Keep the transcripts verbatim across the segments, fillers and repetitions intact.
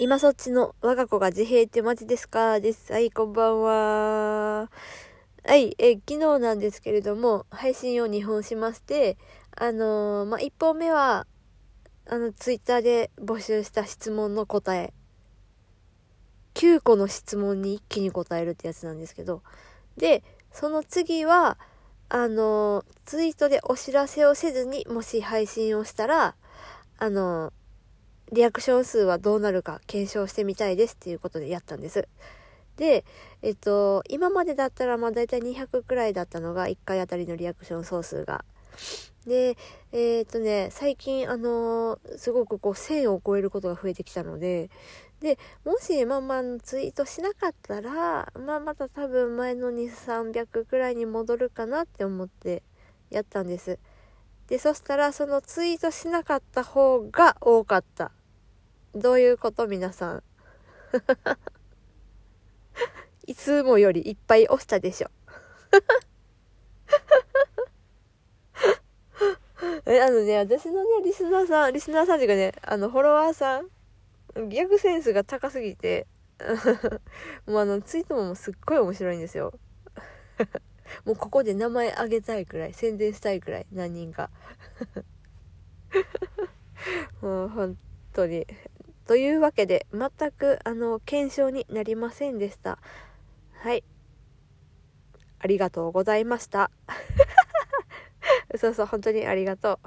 今そっちの我が子が自閉ってマジですかです。はい、こんばんは。はい、え、昨日なんですけれども、配信をにほんしまして、あのー、まあ、いっぽんめは、あの、ツイッターで募集した質問の答え。きゅうこの質問に一気に答えるってやつなんですけど。で、その次は、あのー、ツイートでお知らせをせずに、もし配信をしたら、あのー、リアクション数はどうなるか検証してみたいですっていうことでやったんです。で、えっと、今までだったらまあだいたいにひゃくくらいだったのがいっかいあたりのリアクション総数が。で、えー、っとね、最近あのー、すごくこうせんを超えることが増えてきたので、で、もしまあまあツイートしなかったら、まあまた多分前のにせんさんびゃくくらいに戻るかなって思ってやったんです。で、そしたらそのツイートしなかった方が多かった。どういうこと皆さん。いつもよりいっぱい押したでしょ。え、あのね、私のね、リスナーさん、リスナーさんっていうかね、あの、フォロワーさん、ギャグセンスが高すぎて、もうあの、ツイートもすっごい面白いんですよ。もうここで名前あげたいくらい、宣伝したいくらい、何人か。もう本当に。というわけで、全く、あの、検証になりませんでした。はい。ありがとうございました。そうそう、本当にありがと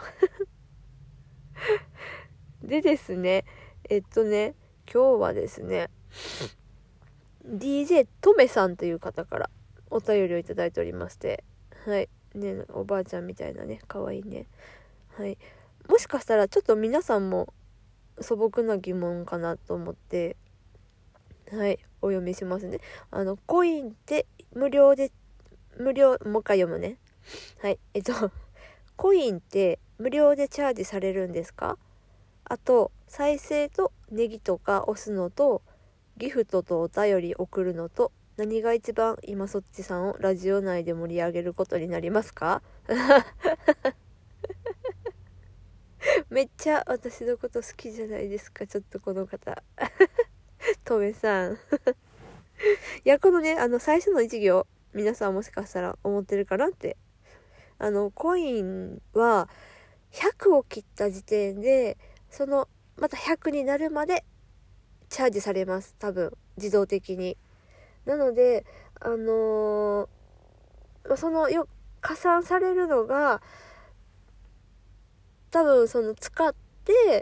う。でですね、えっとね、今日はですね、ディージェー とめさんという方からお便りをいただいておりまして、はい。ね、おばあちゃんみたいなね、かわいいね。はい。もしかしたらちょっと皆さんも素朴な疑問かなと思って、はい、お読みしますね。あの、コインって無料で、無料、もう一回読むね。はい。えっと、コインって無料でチャージされるんですか？あと、再生とネギとか押すのと、ギフトとお便り送るのと、何が一番今そっちさんをラジオ内で盛り上げることになりますか？めっちゃ私のこと好きじゃないですか、ちょっとこの方。とめさん。いや、このね、あの、最初の一行、皆さんもしかしたら思ってるかなって。あの、コインは、ひゃくを切った時点で、その、またひゃくになるまで、チャージされます。多分、自動的に。なので、あのー、そのよ、加算されるのが、多分その使って、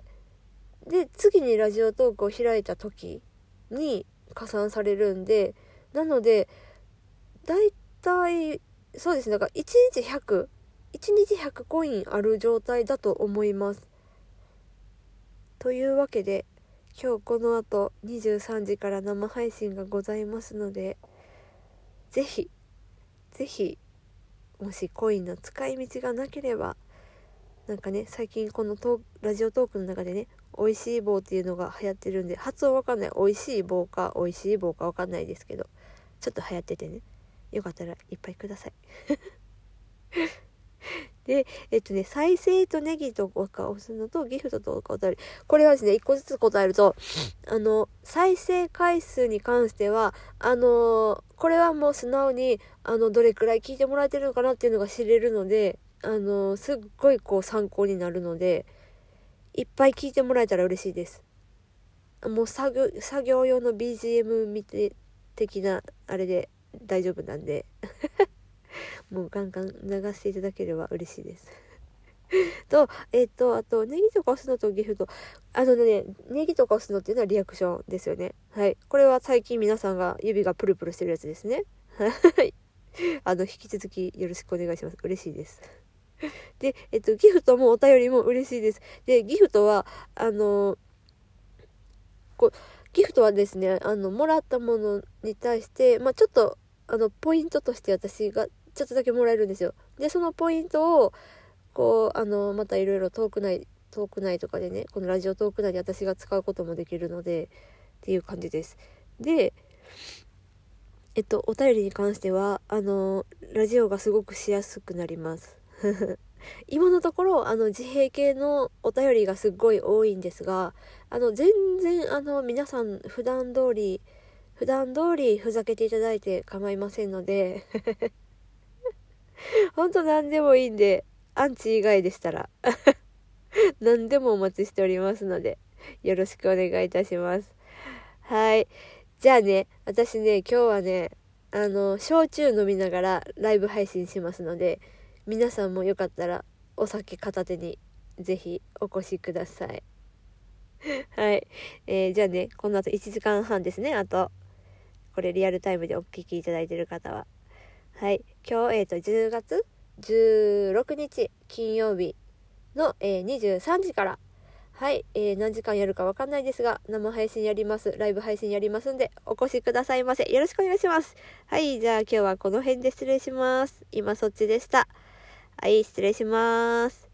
で、次にラジオトークを開いた時に加算されるんで、なので、だいたい、そうですね、だからいちにちひゃく、いちにちひゃくコインある状態だと思います。というわけで、今日この後にじゅうさんじから生配信がございますので、ぜひ、ぜひ、もしコインの使い道がなければ、なんかね、最近このトーラジオトークの中でね、美味しい棒っていうのが流行ってるんで、発音わかんない。美味しい棒か美味しい棒かわかんないですけど、ちょっと流行っててね、よかったらいっぱいください。で、えっとね、再生とネギとか押すのとギフトとかお便り。これはですね、一個ずつ答えると、あの、再生回数に関しては、あの、これはもう素直に、あの、どれくらい聞いてもらえてるのかなっていうのが知れるので、あの、すっごいこう参考になるので、いっぱい聞いてもらえたら嬉しいです。もう作業、作業用の ビージーエム 見て、的な、あれで大丈夫なんで。もうガンガン流していただければ嬉しいです。と、えっと、あと、ネギとか押すのとギフト。あのね、ネギとか押すのっていうのはリアクションですよね。はい。これは最近皆さんが指がプルプルしてるやつですね。はい。あの、引き続きよろしくお願いします。嬉しいです。で、えっと、ギフトもお便りも嬉しいです。で、ギフトは、あの、こう、ギフトはですね、あの、もらったものに対して、まあちょっと、あの、ポイントとして私がちょっとだけもらえるんですよ。で、そのポイントを、こう、あの、またいろいろトーク内、トーク内とかでね、このラジオトーク内で私が使うこともできるので、っていう感じです。で、えっと、お便りに関しては、あの、ラジオがすごくしやすくなります。 今のところ、あの、自閉系のお便りがすっごい多いんですが、あの、全然、あの、皆さん、普段通り、普段通りふざけていただいて構いませんので、ほんと何でもいいんで、アンチ以外でしたら、何でもお待ちしておりますので、よろしくお願いいたします。はい。じゃあね、私ね、今日はね、あの、焼酎飲みながらライブ配信しますので、皆さんもよかったらお酒片手にぜひお越しください。はい。えー、じゃあね、この後いちじかんはんですね、あと。これリアルタイムでお聞きいただいている方は。はい。今日、えっと、じゅうがつじゅうろくにち金曜日の、えー、にじゅうさんじから、はい、えー、何時間やるかわかんないですが、生配信やります。ライブ配信やりますんで、お越しくださいませ。よろしくお願いします。はい、じゃあ今日はこの辺で失礼します。今そっちでした。はい、失礼します。